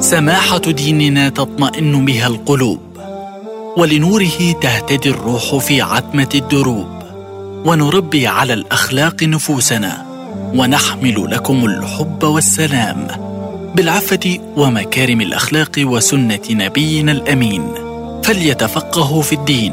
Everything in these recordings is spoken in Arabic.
سماحة ديننا تطمئن بها القلوب، ولنوره تهتدي الروح في عتمة الدروب، ونربي على الأخلاق نفوسنا، ونحمل لكم الحب والسلام بالعفة ومكارم الأخلاق وسنة نبينا الأمين. فليتفقهوا في الدين.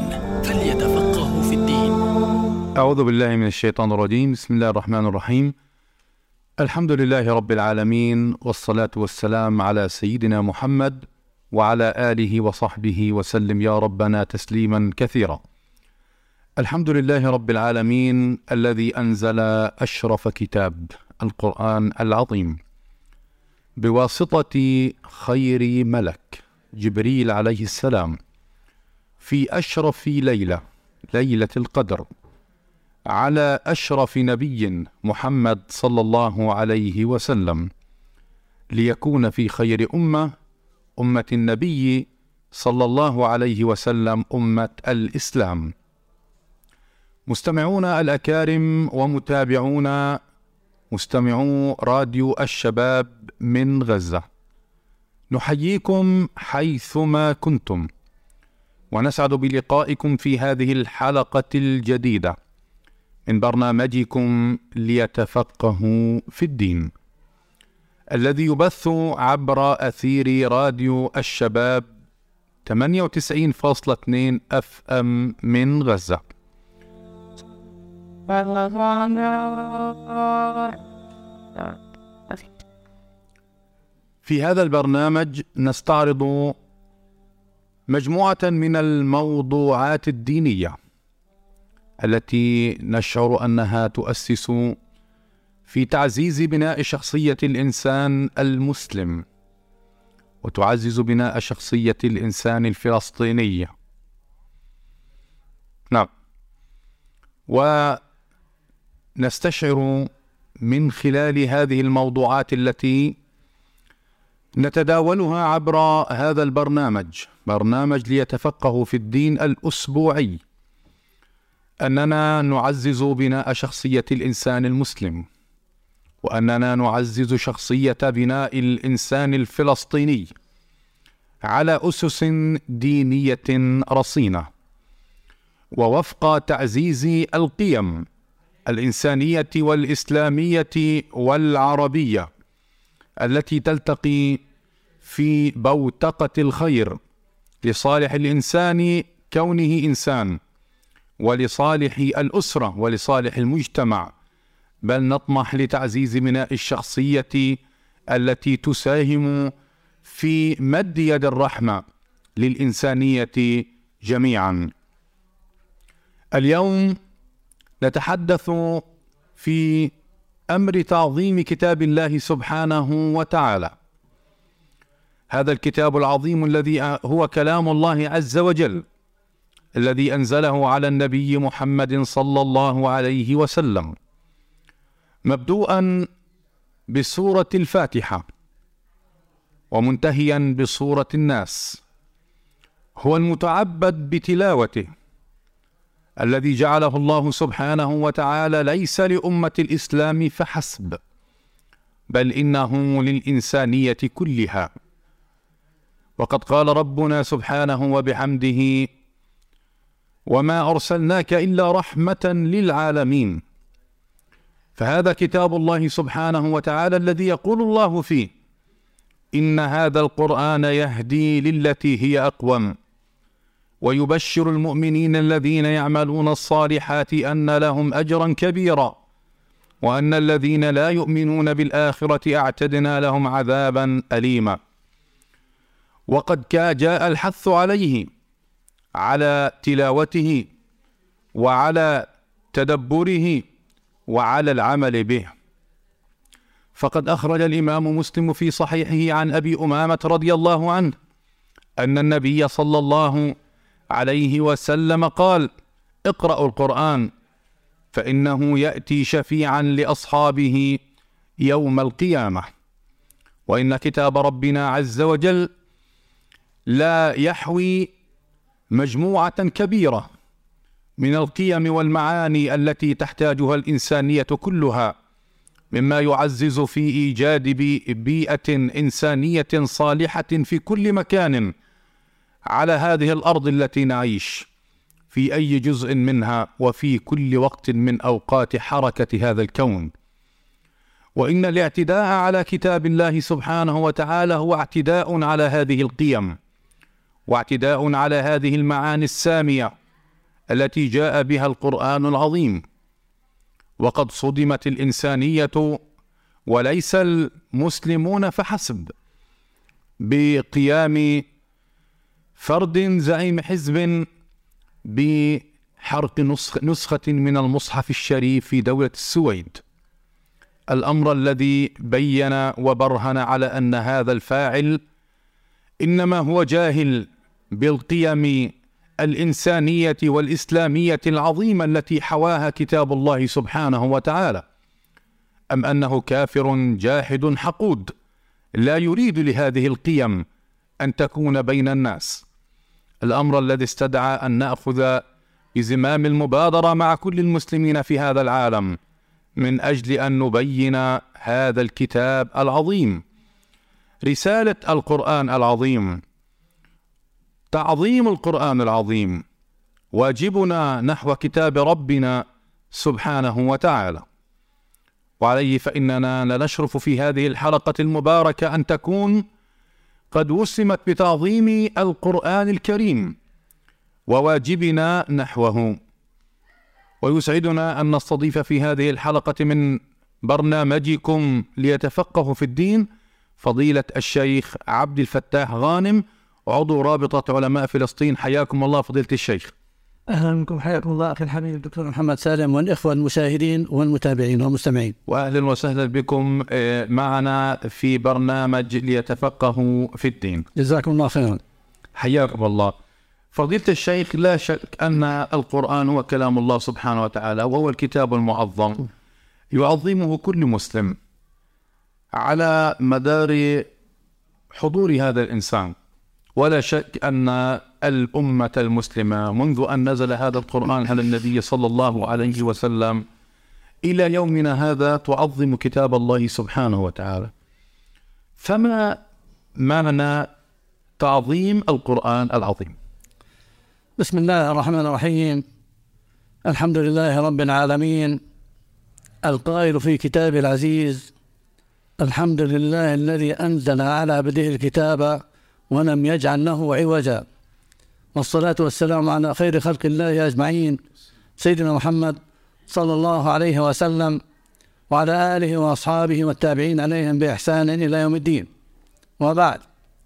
أعوذ بالله من الشيطان الرجيم. بسم الله الرحمن الرحيم. الحمد لله رب العالمين، والصلاة والسلام على سيدنا محمد وعلى آله وصحبه وسلم يا ربنا تسليما كثيرا. الحمد لله رب العالمين الذي أنزل أشرف كتاب القرآن العظيم بواسطة خير ملك جبريل عليه السلام في أشرف ليلة القدر على أشرف نبي محمد صلى الله عليه وسلم، ليكون في خير أمة النبي صلى الله عليه وسلم، أمة الإسلام. مستمعونا الأكارم ومتابعونا مستمعو راديو الشباب من غزة، نحييكم حيثما كنتم، ونسعد بلقائكم في هذه الحلقة الجديدة من برنامجكم ليتفقهوا في الدين، الذي يبث عبر أثير راديو الشباب 98.2 FM من غزة. في هذا البرنامج نستعرض مجموعة من الموضوعات الدينية التي نشعر أنها تؤسس في تعزيز بناء شخصية الإنسان المسلم، وتعزز بناء شخصية الإنسان الفلسطيني. نعم، ونستشعر من خلال هذه الموضوعات التي نتداولها عبر هذا برنامج ليتفقهوا في الدين الأسبوعي، أننا نعزز بناء شخصية الإنسان المسلم، وأننا نعزز شخصية بناء الإنسان الفلسطيني على أسس دينية رصينة، ووفق تعزيز القيم الإنسانية والإسلامية والعربية التي تلتقي في بوتقة الخير لصالح الإنسان كونه إنسان، ولصالح الأسرة ولصالح المجتمع، بل نطمح لتعزيز بناء الشخصية التي تساهم في مد يد الرحمة للإنسانية جميعا. اليوم نتحدث في أمر تعظيم كتاب الله سبحانه وتعالى، هذا الكتاب العظيم الذي هو كلام الله عز وجل، الذي أنزله على النبي محمد صلى الله عليه وسلم، مبدوءا بسورة الفاتحة ومنتهيا بسورة الناس، هو المتعبد بتلاوته، الذي جعله الله سبحانه وتعالى ليس لأمة الإسلام فحسب، بل إنه للإنسانية كلها. وقد قال ربنا سبحانه وبحمده: وما أرسلناك إلا رحمة للعالمين. فهذا كتاب الله سبحانه وتعالى الذي يقول الله فيه: إن هذا القرآن يهدي للتي هي أقوم، ويبشر المؤمنين الذين يعملون الصالحات أن لهم أجرا كبيرا، وأن الذين لا يؤمنون بالآخرة أعتدنا لهم عذابا أليما. وقد جاء الحث عليه، على تلاوته وعلى تدبره وعلى العمل به. فقد أخرج الإمام مسلم في صحيحه عن أبي أمامة رضي الله عنه أن النبي صلى الله عليه وسلم قال: اقرأوا القرآن فإنه يأتي شفيعا لأصحابه يوم القيامة. وإن كتاب ربنا عز وجل لا يحوي مجموعة كبيرة من القيم والمعاني التي تحتاجها الإنسانية كلها، مما يعزز في إيجاد بيئة إنسانية صالحة في كل مكان على هذه الأرض التي نعيش، في أي جزء منها وفي كل وقت من أوقات حركة هذا الكون. وإن الاعتداء على كتاب الله سبحانه وتعالى هو اعتداء على هذه القيم، واعتداء على هذه المعاني السامية التي جاء بها القرآن العظيم. وقد صدمت الإنسانية وليس المسلمون فحسب بقيام فرد زعيم حزب بحرق نسخة من المصحف الشريف في دولة السويد، الأمر الذي بين وبرهن على أن هذا الفاعل إنما هو جاهل بالقيم الإنسانية والإسلامية العظيمة التي حواها كتاب الله سبحانه وتعالى، أم أنه كافر جاحد حقود لا يريد لهذه القيم أن تكون بين الناس. الأمر الذي استدعى أن نأخذ بزمام المبادرة مع كل المسلمين في هذا العالم من أجل أن نبين هذا الكتاب العظيم، رسالة القرآن العظيم، تعظيم القرآن العظيم، واجبنا نحو كتاب ربنا سبحانه وتعالى. وعليه فإننا لنشرف في هذه الحلقة المباركة أن تكون قد وسمت بتعظيم القرآن الكريم وواجبنا نحوه. ويسعدنا أن نستضيف في هذه الحلقة من برنامجكم ليتفقهوا في الدين فضيلة الشيخ عبد الفتاح غانم، عضو رابطة علماء فلسطين. حياكم الله فضيلة الشيخ. أهلا بكم، حياكم الله أخي الحبيب الدكتور محمد سالم والإخوة المشاهدين والمتابعين والمستمعين. وأهلا وسهلا بكم معنا في برنامج ليتفقهوا في الدين. جزاكم الله خيرا. حياكم الله فضيلة الشيخ. لا شك أن القرآن هو كلام الله سبحانه وتعالى، وهو الكتاب المعظم يعظمه كل مسلم على مدار حضور هذا الإنسان. ولا شك أن الأمة المسلمة منذ أن نزل هذا القرآن على النبي صلى الله عليه وسلم إلى يومنا هذا تعظم كتاب الله سبحانه وتعالى. فما معنى تعظيم القرآن العظيم؟ بسم الله الرحمن الرحيم. الحمد لله رب العالمين، القائل في كتابه العزيز: الحمد لله الذي أنزل على عبده الكتاب ولم يجعل له عوجا، والصلاة والسلام على خير خلق الله أجمعين سيدنا محمد صلى الله عليه وسلم وعلى آله وأصحابه والتابعين عليهم بإحسان إلى يوم الدين. وبعد،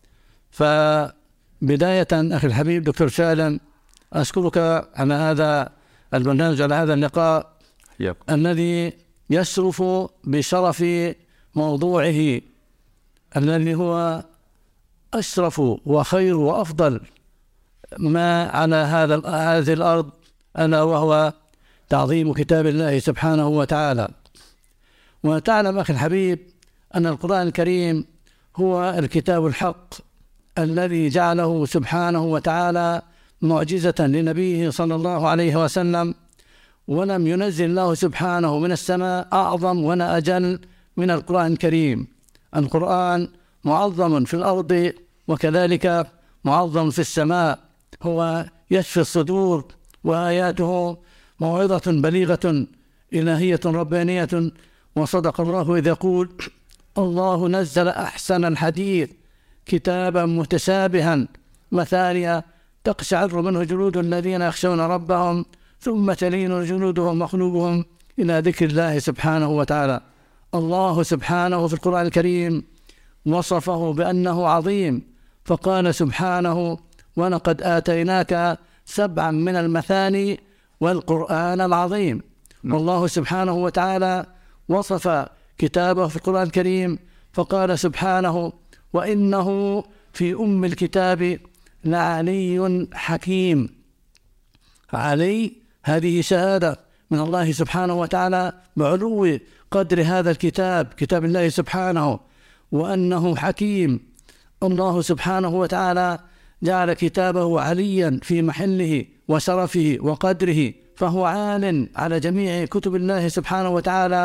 فبداية أخي الحبيب دكتور سالم، أشكرك على هذا البرنامج، على هذا اللقاء الذي يشرف بشرف موضوعه الذي هو أشرف وخير وأفضل ما على هذه الأرض، ألا وهو تعظيم كتاب الله سبحانه وتعالى. وتعلم أخي الحبيب أن القرآن الكريم هو الكتاب الحق الذي جعله سبحانه وتعالى معجزة لنبيه صلى الله عليه وسلم، ولم ينزل الله سبحانه من السماء أعظم ولا أجل من القرآن الكريم. القرآن معظم في الأرض وكذلك معظم في السماء، هو يشفي الصدور، وآياته موعظة بليغة إلهية ربانية. وصدق الله إذ يقول: الله نزل أحسن الحديث كتابا متشابها مثانيا تقشعر منه جلود الذين يخشون ربهم ثم تلين جلودهم وقلوبهم إلى ذكر الله سبحانه وتعالى. الله سبحانه في القرآن الكريم وصفه بأنه عظيم، فقال سبحانه: ولقد آتيناك 7 من المثاني والقرآن العظيم. والله سبحانه وتعالى وصف كتابه في القرآن الكريم فقال سبحانه: وإنه في أم الكتاب لعلي حكيم. علي هذه شهادة من الله سبحانه وتعالى بعلو قدر هذا الكتاب، كتاب الله سبحانه، وأنه حكيم. الله سبحانه وتعالى جعل كتابه عليا في محله وشرفه وقدره، فهو عال على جميع كتب الله سبحانه وتعالى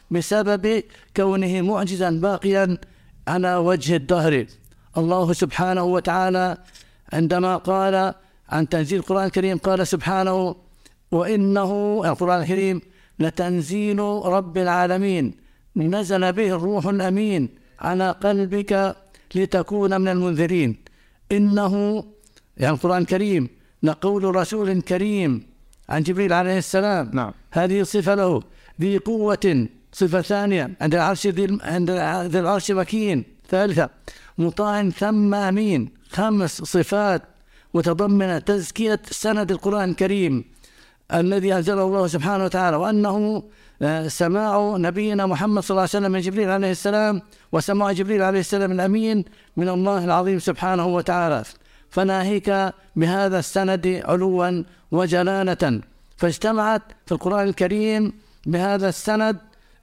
بسبب كونه معجزا باقيا على وجه الدهر. الله سبحانه وتعالى عندما قال عن تنزيل القرآن الكريم قال سبحانه: وإنه القرآن الكريم لتنزيل رب العالمين نزل به الروح الأمين على قلبك لتكون من المنذرين. إنه يعني القرآن الكريم لقول رسول كريم عن جبريل عليه السلام. نعم. هذه صفة له ذي قوة. صفة ثانية عند ذي العرش مكين. ثالثة مطاع ثم أمين. 5 صفات وتضمن تزكية سند القرآن الكريم الذي أنزله الله سبحانه وتعالى، وأنه سماع نبينا محمد صلى الله عليه وسلم من جبريل عليه السلام، وسماع جبريل عليه السلام الأمين من الله العظيم سبحانه وتعالى. فناهيك بهذا السند علوا وجلالة. فاجتمعت في القرآن الكريم بهذا السند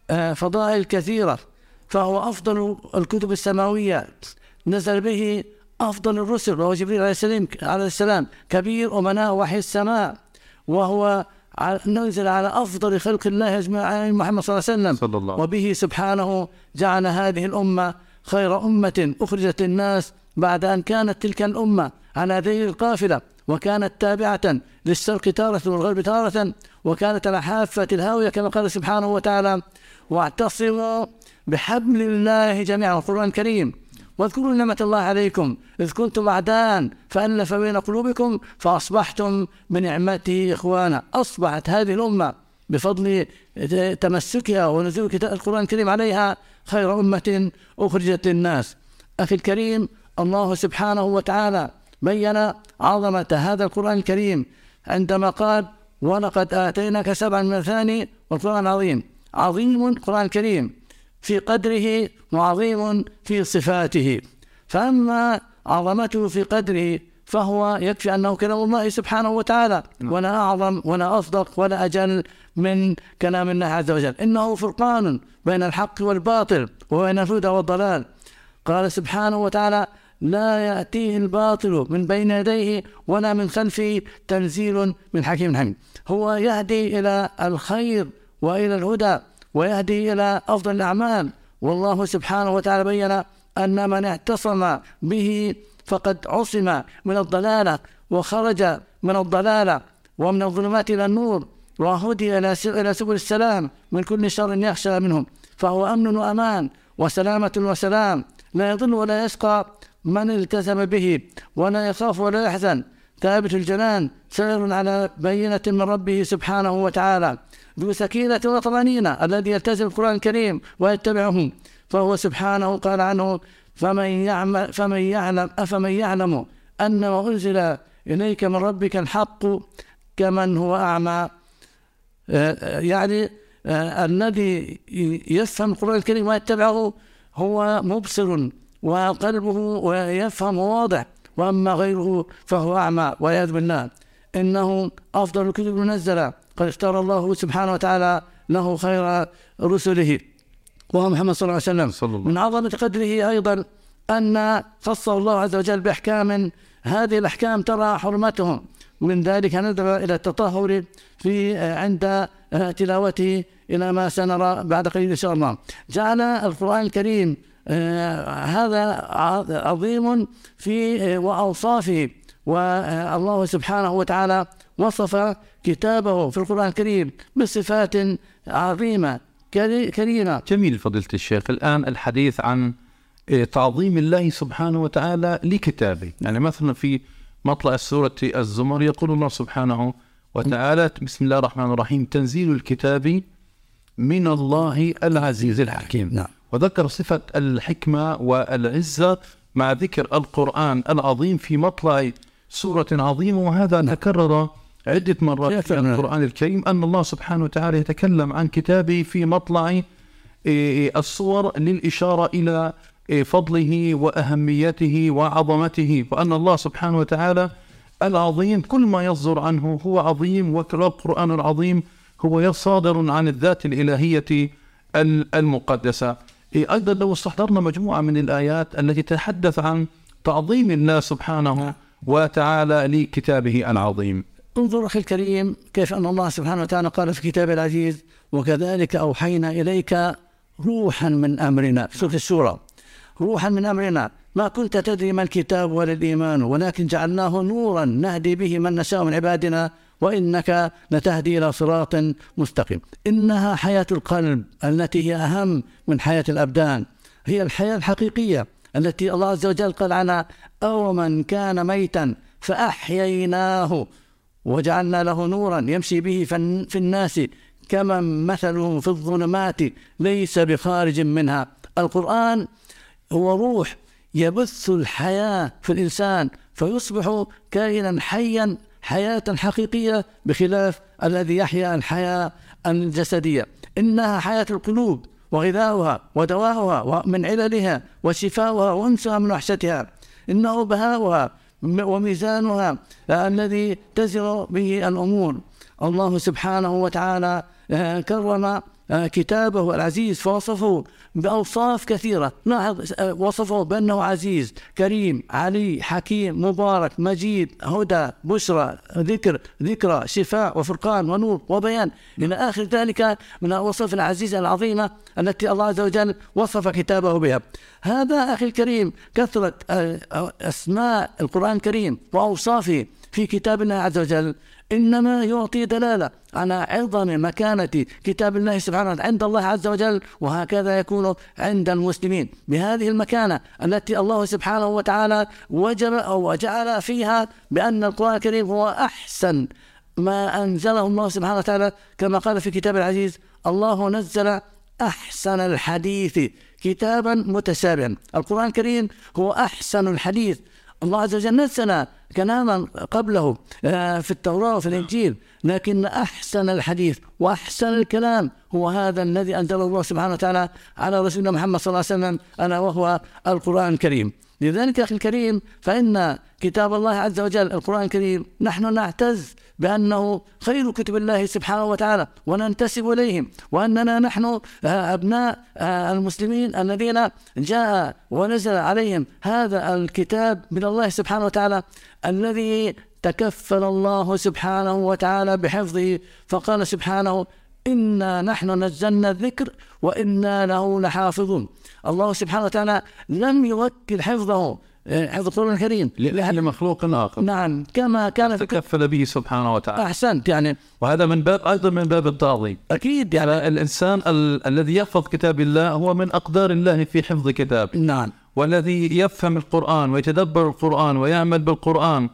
فضائل كثيرة، فهو أفضل الكتب السماوية، نزل به أفضل الرسل وهو جبريل عليه السلام كبير أمناء وحي السماء، وهو نزل على أفضل خلق الله أجمعين محمد صلى الله عليه وسلم، وبه سبحانه جعل هذه الأمة خير أمة أخرجت الناس بعد أن كانت تلك الأمة على ذيل القافلة، وكانت تابعة للشرق تارة والغرب تارة، وكانت على حافة الهاوية كما قال سبحانه وتعالى: واعتصموا بحبل الله جميعا. القرآن الكريم: واذكروا نعمة الله عليكم إذ كنتم أعداء فألف بين قلوبكم فأصبحتم بنعمته إخوانا. أصبحت هذه الأمة بفضل تمسكها ونزول القرآن الكريم عليها خير أمة أخرجت للناس. أخي الكريم، الله سبحانه وتعالى بين عظمة هذا القرآن الكريم عندما قال: ولقد آتيناك 7 من المثاني والقرآن العظيم. عظيم القرآن الكريم في قدره وعظيم في صفاته. فأما عظمته في قدره فهو يكفي أنه كلام الله سبحانه وتعالى، ولا أعظم ولا أصدق ولا أجل من كلام الله عز وجل. إنه فرقان بين الحق والباطل وبين الهدى والضلال. قال سبحانه وتعالى: لا يأتيه الباطل من بين يديه ولا من خلفه تنزيل من حكيم حميد. هو يهدي إلى الخير وإلى الهدى ويهدي إلى أفضل الأعمال. والله سبحانه وتعالى بين أن من اعتصم به فقد عصم من الضلالة وخرج من الضلالة ومن الظلمات إلى النور، وهدي إلى سبل السلام من كل شر يخشى منهم. فهو أمن وأمان وسلامة وسلام، لا يضل ولا يشقى من التزم به، ولا يخاف ولا يحزن، ثابت الجنان، سير على بينة من ربه سبحانه وتعالى، ذو سكينة وطمأنينة الذي يلتزم القرآن الكريم ويتبعه. فهو سبحانه قال عنه: أفمن يعلم أن ما أنزل إليك من ربك الحق كمن هو أعمى. يعني الذي يفهم القرآن الكريم ويتبعه هو مبصر وقلبه ويفهم واضح، وأما غيره فهو أعمى والعياذ بالله. إنه أفضل الكتب المنزلة، قد اختار الله سبحانه وتعالى له خير رسله وهو محمد صلى الله عليه وسلم. من عظمة قدره أيضا أن خصه الله عز وجل بأحكام، هذه الأحكام ترى حرمتهم، من ذلك نذهب إلى التطهر في عند تلاوته إلى ما سنرى بعد قليل إن شاء الله. جعل القرآن الكريم هذا عظيم في وأوصافه، والله سبحانه وتعالى وصف كتابه في القرآن الكريم بصفات عظيمة كريمة. جميل فضيلة الشيخ. الآن الحديث عن تعظيم الله سبحانه وتعالى لكتابه. يعني مثلا في مطلع سورة الزمر يقول الله سبحانه وتعالى: بسم الله الرحمن الرحيم، تنزيل الكتاب من الله العزيز الحكيم. نعم. وذكر صفة الحكمة والعزة مع ذكر القرآن العظيم في مطلع سورة عظيمة، وهذا تكرر عدة مرات في القرآن الكريم، أن الله سبحانه وتعالى يتكلم عن كتابه في مطلع الصور للإشارة إلى فضله وأهميته وعظمته، وأن الله سبحانه وتعالى العظيم كل ما يصدر عنه هو عظيم، والقرآن العظيم هو صادر عن الذات الإلهية المقدسة. أيضا لو استحضرنا مجموعة من الآيات التي تتحدث عن تعظيم الله سبحانه وتعالى لكتابه العظيم، انظر أخي الكريم كيف أن الله سبحانه وتعالى قال في كتابه العزيز: وكذلك أوحينا إليك روحا من أمرنا، في سورة الشورى، روحا من أمرنا ما كنت تدري ما الكتاب ولا الإيمان ولكن جعلناه نورا نهدي به من نشاء من عبادنا وإنك لتهدي إلى صراط مستقيم. إنها حياة القلب التي هي أهم من حياة الأبدان، هي الحياة الحقيقية التي الله عز وجل قال عنها: أو من كان ميتا فأحييناه وجعلنا له نورا يمشي به في الناس كمن مثله في الظلمات ليس بخارج منها. القرآن هو روح يبث الحياة في الإنسان فيصبح كائنا حيا حياة حقيقية، بخلاف الذي يحيا الحياة الجسدية. إنها حياة القلوب وغذاؤها ودواؤها ومن عللها وشفاؤها وانسها من وحشتها. إنه بهاؤها وميزانها الذي تزر به الأمور. الله سبحانه وتعالى كرم كتابه العزيز فوصفه بأوصاف كثيرة. لاحظ، وصفه بأنه عزيز كريم علي حكيم مبارك مجيد هدى بشرى ذكرى شفاء وفرقان ونور وبيان إلى آخر ذلك من الوصف العزيزة العظيمة التي الله عز وجل وصف كتابه بها. هذا أخي الكريم كثرة أسماء القرآن الكريم وأوصافه في كتاب الله عز وجل إنما يعطي دلالة على عظم مكانة كتاب الله سبحانه وتعالى عند الله عز وجل، وهكذا يكون عند المسلمين بهذه المكانة التي الله سبحانه وتعالى وجب أو وجعل فيها بأن القرآن الكريم هو أحسن ما أنزله الله سبحانه وتعالى، كما قال في كتاب العزيز: الله نزل أحسن الحديث كتابا متشابها. القرآن الكريم هو أحسن الحديث. الله عز وجل نزل كلاما قبله في التوراة وفي الإنجيل، لكن أحسن الحديث وأحسن الكلام هو هذا الذي أنزله الله سبحانه وتعالى على رسولنا محمد صلى الله عليه وسلم، ألا وهو القرآن الكريم. لذلك أخي الكريم فإن كتاب الله عز وجل القرآن الكريم نحن نعتز بأنه خير كتب الله سبحانه وتعالى وننتسب إليهم، وأننا نحن أبناء المسلمين الذين جاء ونزل عليهم هذا الكتاب من الله سبحانه وتعالى الذي تكفل الله سبحانه وتعالى بحفظه، فقال سبحانه: إنا نحن نزلنا الذكر وإنا له لحافظون. الله سبحانه وتعالى لم يوكل حفظه حفظ القرآن الكريم لمخلوق آخر، نعم، كما كان تكفل به سبحانه وتعالى. أحسنت، يعني وهذا من باب أيضا من باب التعظيم. أكيد، يعني الإنسان الذي يحفظ كتاب الله هو من أقدار الله في حفظ كتابه. نعم. والذي يفهم القرآن ويتدبر القرآن ويعمل بالقرآن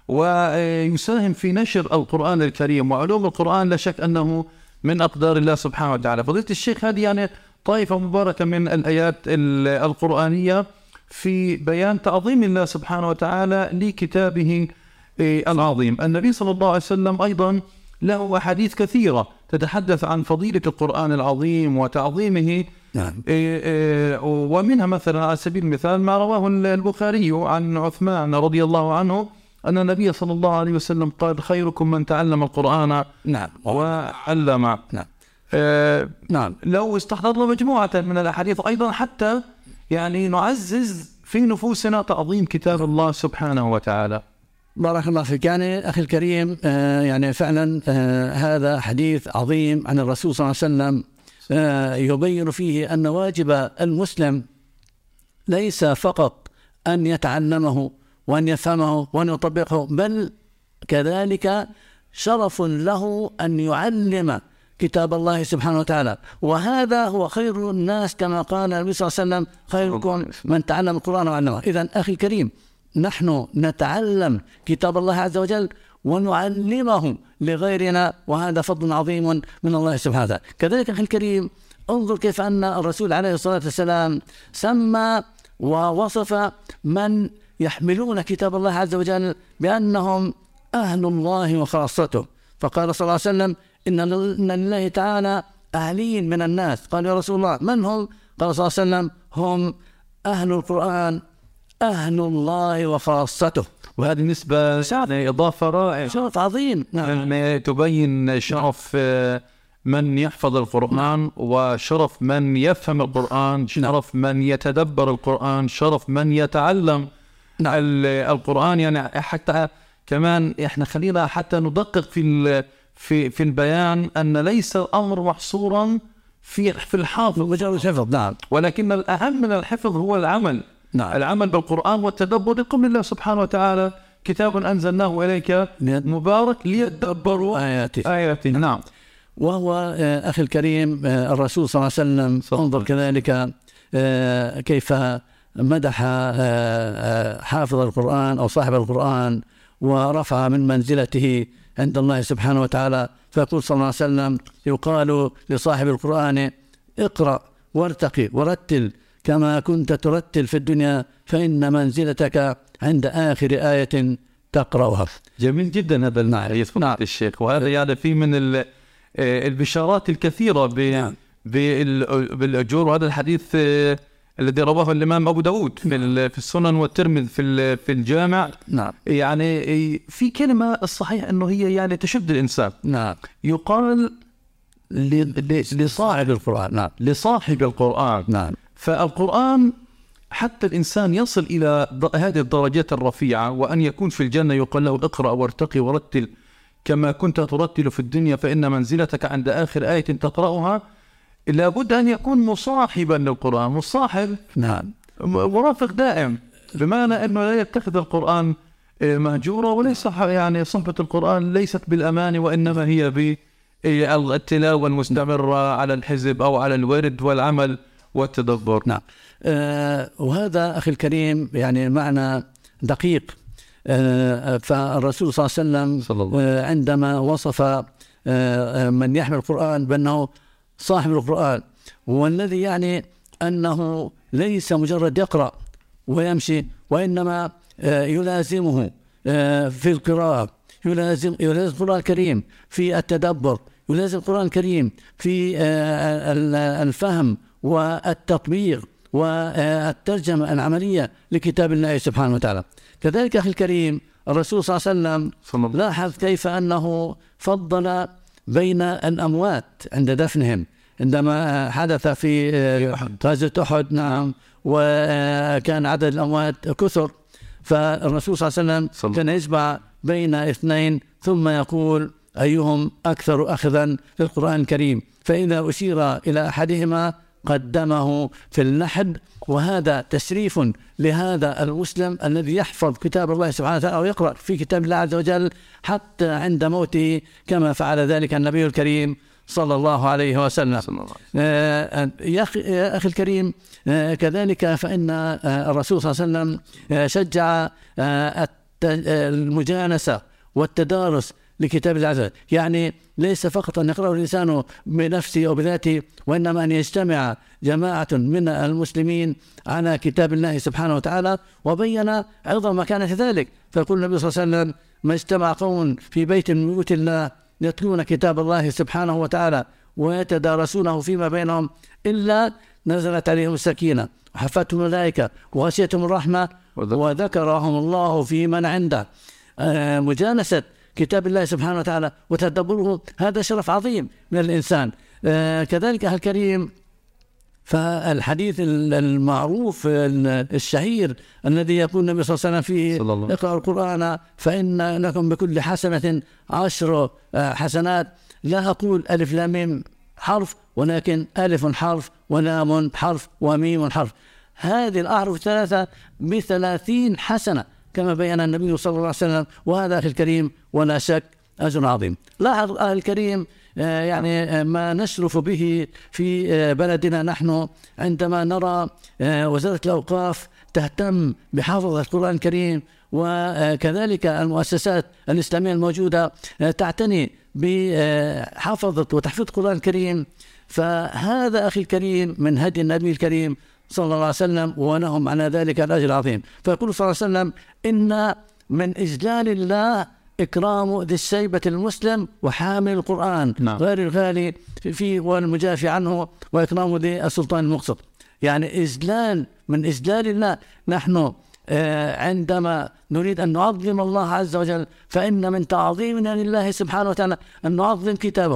ويساهم في نشر القرآن الكريم وعلوم القرآن، لا شك أنه من أقدار الله سبحانه وتعالى. فضيلة الشيخ، هذه يعني طائفة مباركة من الآيات القرآنية في بيان تعظيم الله سبحانه وتعالى لكتابه العظيم. النبي صلى الله عليه وسلم أيضا له أحاديث كثيرة تتحدث عن فضيلة القرآن العظيم وتعظيمه. نعم. ومنها مثلا على سبيل المثال ما رواه البخاري عن عثمان رضي الله عنه أن النبي صلى الله عليه وسلم قال: خيركم من تعلم القرآن نعم وعلم. نعم. نعم. لو استحضرنا مجموعة من الأحاديث أيضا حتى يعني نعزز في نفوسنا تعظيم كتاب الله سبحانه وتعالى. بارك الله فيك. يعني أخي الكريم يعني فعلا هذا حديث عظيم عن الرسول صلى الله عليه وسلم يبين فيه أن واجب المسلم ليس فقط أن يتعلمه وأن يفهمه وأن يطبقه، بل كذلك شرف له أن يعلم كتاب الله سبحانه وتعالى، وهذا هو خير الناس كما قال النبي صلى الله عليه وسلم: خيركم من تعلم القرآن وعلمه. إذن أخي الكريم نحن نتعلم كتاب الله عز وجل ونعلمه لغيرنا، وهذا فضل عظيم من الله سبحانه وتعالى. كذلك أخي الكريم انظر كيف أن الرسول عليه الصلاة والسلام سمى ووصف من يحملون كتاب الله عز وجل بأنهم أهل الله وخاصته، فقال صلى الله عليه وسلم: إن لله تعالى أهلين من الناس. قال: يا رسول الله من هم؟ قال صلى الله عليه وسلم: هم أهل القرآن أهل الله وخاصته. وهذه نسبة إضافة رائعة، شرف عظيم. نعم. تبين شرف من يحفظ القرآن وشرف من يفهم القرآن، شرف من يتدبر القرآن، شرف من يتعلم القرآن. يعني حتى كمان احنا خلينا حتى ندقق في البيان أن ليس الأمر محصورا في الحافظ مجرد الحفظ، نعم، ولكن الأهم من الحفظ هو العمل. نعم. العمل بالقرآن والتدبر لقول الله سبحانه وتعالى: كتاب أنزلناه إليك مبارك ليتدبروا آياته. نعم. وهو أخي الكريم الرسول صلى الله عليه وسلم انظر كذلك كيف مدح حافظ القرآن أو صاحب القرآن ورفع من منزلته عند الله سبحانه وتعالى، فيقول صلى الله عليه وسلم: يقال لصاحب القرآن: اقرأ وارتقي ورتل كما كنت ترتل في الدنيا، فإن منزلتك عند آخر آية تقرأها. جميل جدا هذا الحديث. نعم الشيخ، وهذا يعني في من البشارات الكثيرة بالأجور. وهذا الحديث الذي رواه الإمام أبو داود في السنن والترمذي في الجامع. نعم. يعني في كلمة الصحيح أنه هي يعني تشد الإنسان. نعم. يقال لصاحب القرآن. نعم. لصاحب القرآن. نعم. فالقرآن حتى الإنسان يصل إلى هذه الدرجات الرفيعة، وأن يكون في الجنة يقال له: اقرأ وارتقي ورتل كما كنت ترتل في الدنيا، فإن منزلتك عند آخر آية تقرأها. لابد أن يكون مصاحبا للقرآن، مصاحب. نعم. مرافق دائم، بمعنى أنه لا يتخذ القرآن مهجورا، وليس يعني صحبة القرآن ليست بالأمان، وإنما هي بالتلاوة المستمرة على الحزب أو على الورد والعمل والتدبر. نعم. وهذا أخي الكريم يعني معنى دقيق. فالرسول صلى الله عليه وسلم عندما وصف من يحمل القرآن بأنه صاحب القرآن، والذي يعني أنه ليس مجرد يقرأ ويمشي، وإنما يلازمه في القراءة، يلازم القرآن الكريم في التدبر، يلازم القرآن الكريم في الفهم والتطبيق والترجمة العملية لكتاب الله سبحانه وتعالى. كذلك أخي الكريم الرسول صلى الله عليه وسلم لاحظ كيف أنه فضل بين الأموات عند دفنهم، عندما حدث في غزوة أحد. نعم. وكان عدد الأموات كثر، فالرسول صلى الله عليه وسلم كان يجمع بين اثنين ثم يقول: أيهم أكثر أخذا في القرآن الكريم، فإذا أشير إلى أحدهما قدمه في اللحد. وهذا تشريف لهذا المسلم الذي يحفظ كتاب الله سبحانه وتعالى أو يقرأ في كتاب الله عز وجل حتى عند موته، كما فعل ذلك النبي الكريم صلى الله عليه وسلم. يا أخي الكريم، كذلك فإن الرسول صلى الله عليه وسلم شجع المجانسة والتدارس لكتاب الله عز وجل، يعني ليس فقط أن يقرأه الإنسان بنفسه أو بذاته، وإنما أن يجتمع جماعة من المسلمين على كتاب الله سبحانه وتعالى، وبين عظم مكانة ذلك. فيقول النبي صلى الله عليه وسلم: ما اجتمع قوم في بيت من بيوت الله يتلون كتاب الله سبحانه وتعالى ويتدارسونه فيما بينهم إلا نزلت عليهم السكينة وحفتهم الملائكة وغشيتهم الرحمة وذكرهم الله في من عنده. مجانسة كتاب الله سبحانه وتعالى وتدبره هذا شرف عظيم من الإنسان. كذلك أخي الكريم، فالحديث المعروف الشهير الذي يقول النبي صلى الله عليه وسلم فيه: اقرأوا القرآن فإن لكم بكل حسنة 10 حسنات. لا أقول ألف لام ميم حرف، ولكن ألف حرف ولام حرف وميم حرف. هذه الأحرف الثلاثة ب30 حسنة كما بين النبي صلى الله عليه وسلم، وهذا أخي الكريم ولا شك أجر عظيم. لاحظ أخي الكريم يعني ما نشرف به في بلدنا نحن عندما نرى وزارة الأوقاف تهتم بحفظ القرآن الكريم، وكذلك المؤسسات الإسلامية الموجودة تعتني بحفظة وتحفيظ القرآن الكريم. فهذا أخي الكريم من هدي النبي الكريم صلى الله عليه وسلم، ولهم على ذلك الأجر العظيم. فيقول صلى الله عليه وسلم: إن من إجلال الله إكرام ذي الشيبة المسلم وحامل القرآن. نعم. غير الغالي فيه والمجافي عنه، وإكرام ذي السلطان المقسط. يعني إجلال من إجلال الله. نحن عندما نريد أن نعظم الله عز وجل، فإن من تعظيمنا لله سبحانه وتعالى أن نعظم كتابه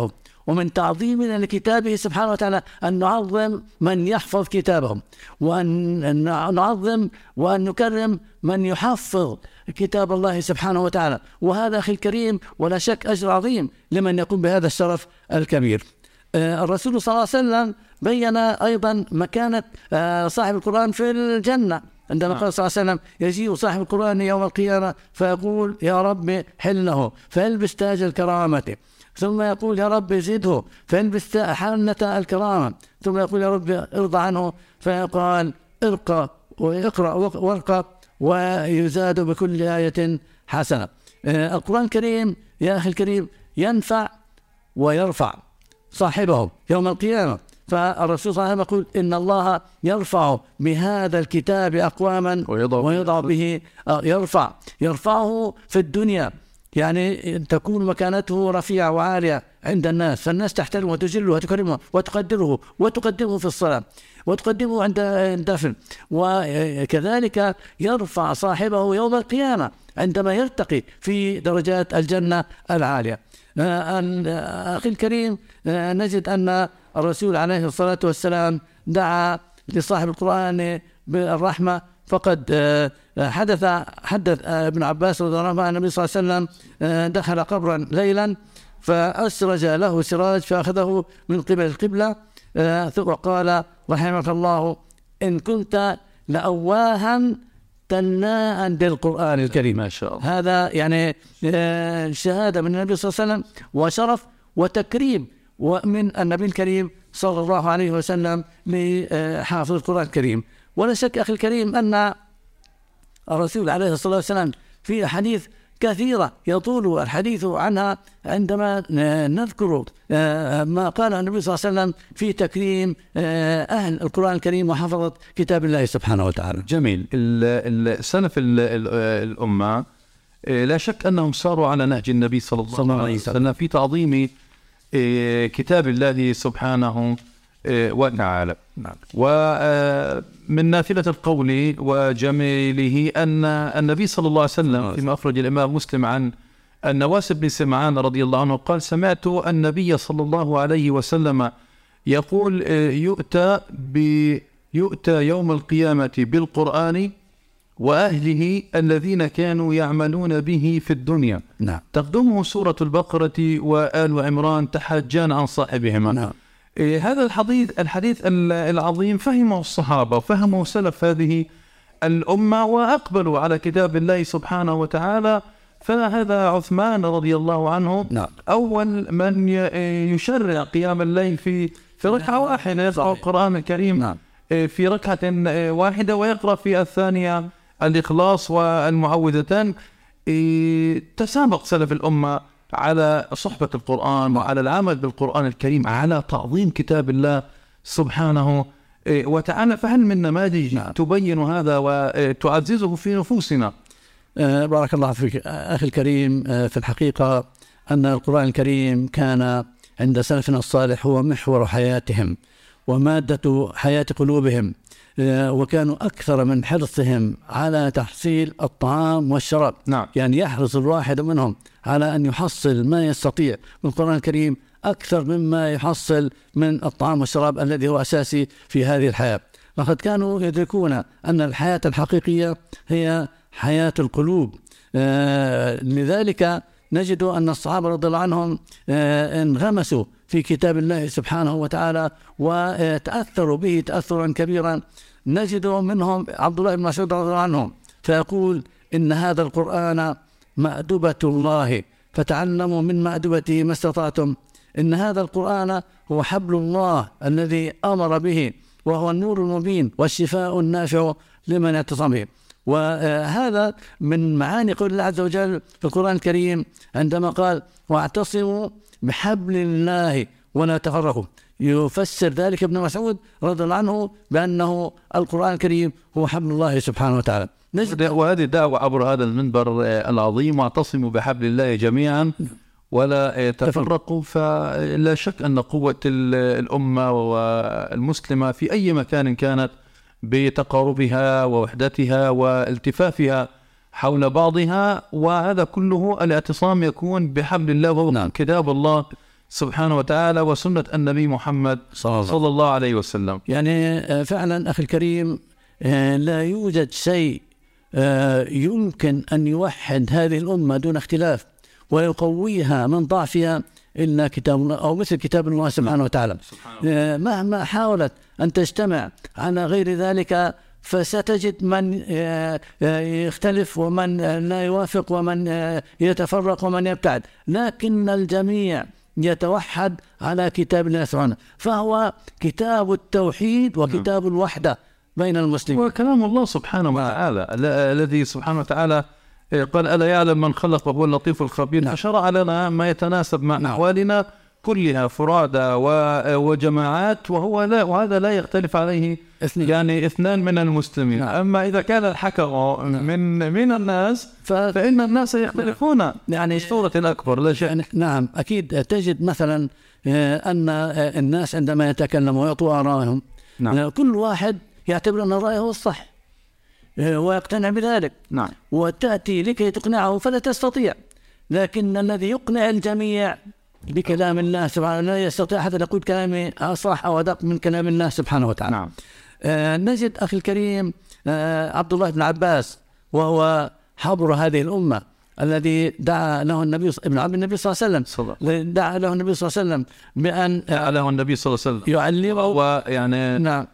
ومن تعظيمنا لكتابه سبحانه وتعالى أن نعظم من يحفظ كتابهم، وأن نعظم وأن نكرم من يحفظ كتاب الله سبحانه وتعالى. وهذا أخي الكريم ولا شك أجر عظيم لمن يقوم بهذا الشرف الكبير. الرسول صلى الله عليه وسلم بين أيضا مكانة صاحب القرآن في الجنة، عندما قال صلى الله عليه وسلم: يجيء صاحب القرآن يوم القيامة فيقول: يا رب حله، فيلبس تاج الكرامة، ثم يقول: يا رب زده، فيلبس حنة الكرامة، ثم يقول: يا رب ارضى عنه، فيقال: ارقى واقرأ وارقى، ويزاد بكل آية حسنة. القرآن الكريم يا أخي الكريم ينفع ويرفع صاحبه يوم القيامة. فالرسول صلى الله عليه وسلم يقول: إن الله يرفع بهذا الكتاب أقواما ويضع به يرفعه في الدنيا، يعني تكون مكانته رفيعة وعالية عند الناس، فالناس تحترمه وتجله وتكرمه وتقدره وتقدمه في الصلاة وتقدمه عند الدفن. وكذلك يرفع صاحبه يوم القيامة عندما يرتقي في درجات الجنة العالية. أخي الكريم، نجد أن الرسول عليه الصلاة والسلام دعا لصاحب القرآن بالرحمة، فقد حدث ابن عباس رضي الله عنه النبي صلى الله عليه وسلم دخل قبرا ليلا فأسرج له سراج فأخذه من قبل القبلة وقال: رحمك الله إن كنت لأواها تناء بالقرآن الكريم. ما شاء الله. هذا يعني شهادة من النبي صلى الله عليه وسلم وشرف وتكريم ومن النبي الكريم صلى الله عليه وسلم لحافظ القرآن الكريم. ولا شك أخي الكريم أن الرسول عليه الصلاة والسلام في أحاديث كثيرة يطول الحديث عنها عندما نذكر ما قال النبي صلى الله عليه وسلم في تكريم أهل القرآن الكريم وحفظة كتاب الله سبحانه وتعالى. جميل. السلف الأمة لا شك أنهم ساروا على نهج النبي صلى الله عليه وسلم في تعظيم كتاب الله سبحانه وتعالى. ومن نافلة القول وجميله أن النبي صلى الله عليه وسلم فيما أخرج الإمام مسلم عن النواس بن سمعان رضي الله عنه قال: سمعت النبي صلى الله عليه وسلم يقول: يؤتى يوم القيامة بالقرآن وأهله الذين كانوا يعملون به في الدنيا. نعم. تقدمه سورة البقرة وآل عمران تحجان عن صاحبهما. نعم. هذا الحديث العظيم فهمه الصحابة وفهمه سلف هذه الأمة وأقبلوا على كتاب الله سبحانه وتعالى. فهذا عثمان رضي الله عنه نعم. أول من يشرع قيام الليل في ركعة واحدة، يقرأ القرآن الكريم نعم. في ركعة واحدة، ويقرأ في الثانية الإخلاص والمعوذتان. تسابق سلف الأمة على صحبة القرآن وعلى العمل بالقرآن الكريم، على تعظيم كتاب الله سبحانه وتعالى. فهل من نماذج تبين هذا وتعززه في نفوسنا؟ بارك الله فيك أخي الكريم. في الحقيقة أن القرآن الكريم كان عند سلفنا الصالح هو محور حياتهم ومادة حياة قلوبهم، وكانوا أكثر من حرصهم على تحصيل الطعام والشراب. نعم. يعني يحرص الواحد منهم على أن يحصل ما يستطيع من القرآن الكريم أكثر مما يحصل من الطعام والشراب الذي هو أساسي في هذه الحياة. لقد كانوا يدركون أن الحياة الحقيقية هي حياة القلوب. لذلك نجد أن الصحابة رضي الله عنهم انغمسوا في كتاب الله سبحانه وتعالى وتأثروا به تأثرا كبيرا. نجد منهم عبد الله بن مسعود رضي الله عنه فيقول: إن هذا القرآن مأدبة الله فتعلموا من مأدبته ما استطعتم. إن هذا القرآن هو حبل الله الذي أمر به، وهو النور المبين والشفاء النافع لمن اعتصم به. وهذا من معاني قول الله عز وجل في القرآن الكريم عندما قال: واعتصموا بحبل الله ولا تفرقوا. يفسر ذلك ابن مسعود رضي الله عنه بأنه القرآن الكريم هو حبل الله سبحانه وتعالى. وهذه دعوة عبر هذا المنبر العظيم: واعتصموا بحبل الله جميعا ولا تفرقوا. فلا شك أن قوة الأمة والمسلمة في أي مكان كانت بتقاربها ووحدتها والتفافها حول بعضها، وهذا كله الاعتصام يكون بحبل الله وهو كتاب الله سبحانه وتعالى وسنة النبي محمد صلى الله عليه وسلم. يعني فعلا أخي الكريم، لا يوجد شيء يمكن أن يوحد هذه الأمة دون اختلاف ويقويها من ضعفها إلا كتاب الله، أو مثل كتاب الله سبحانه وتعالى. مهما حاولت أن تجتمع على غير ذلك فستجد من يختلف ومن لا يوافق ومن يتفرق ومن يبتعد، لكن الجميع يتوحد على كتاب الله سبحانه، فهو كتاب التوحيد وكتاب الوحدة بين المسلمين، وكلام الله سبحانه وتعالى الذي سبحانه وتعالى قال: ألا يعلم من خلق وهو اللطيف الخبير. فشرع لنا ما يتناسب مع أحوالنا كلها فرادى وجماعات، وهذا لا يختلف عليه يعني اثنان من المسلمين. أما إذا كان الحكم من الناس فإن الناس يختلفون يعني صورة الأكبر لا شيء. نعم أكيد. تجد مثلا أن الناس عندما يتكلموا ويعطوا آرائهم، كل واحد يعتبر أن رأيه هو الصح ويقتنع بذلك. وتأتي لكي تقنعه فلا تستطيع، لكن الذي يقنع الجميع بكلام الله سبحانه، لا يستطيع أحد يقول كلامي أصح أو أدق من كلام الله سبحانه وتعالى. نجد أخي الكريم عبد الله بن عباس، وهو حبر هذه الأمة، الذي دعا له النبي ابن عم النبي صلى الله عليه وسلم، دعا له النبي صلى الله عليه وسلم بأن له النبي صلى الله عليه وسلم يعلمه، ويعني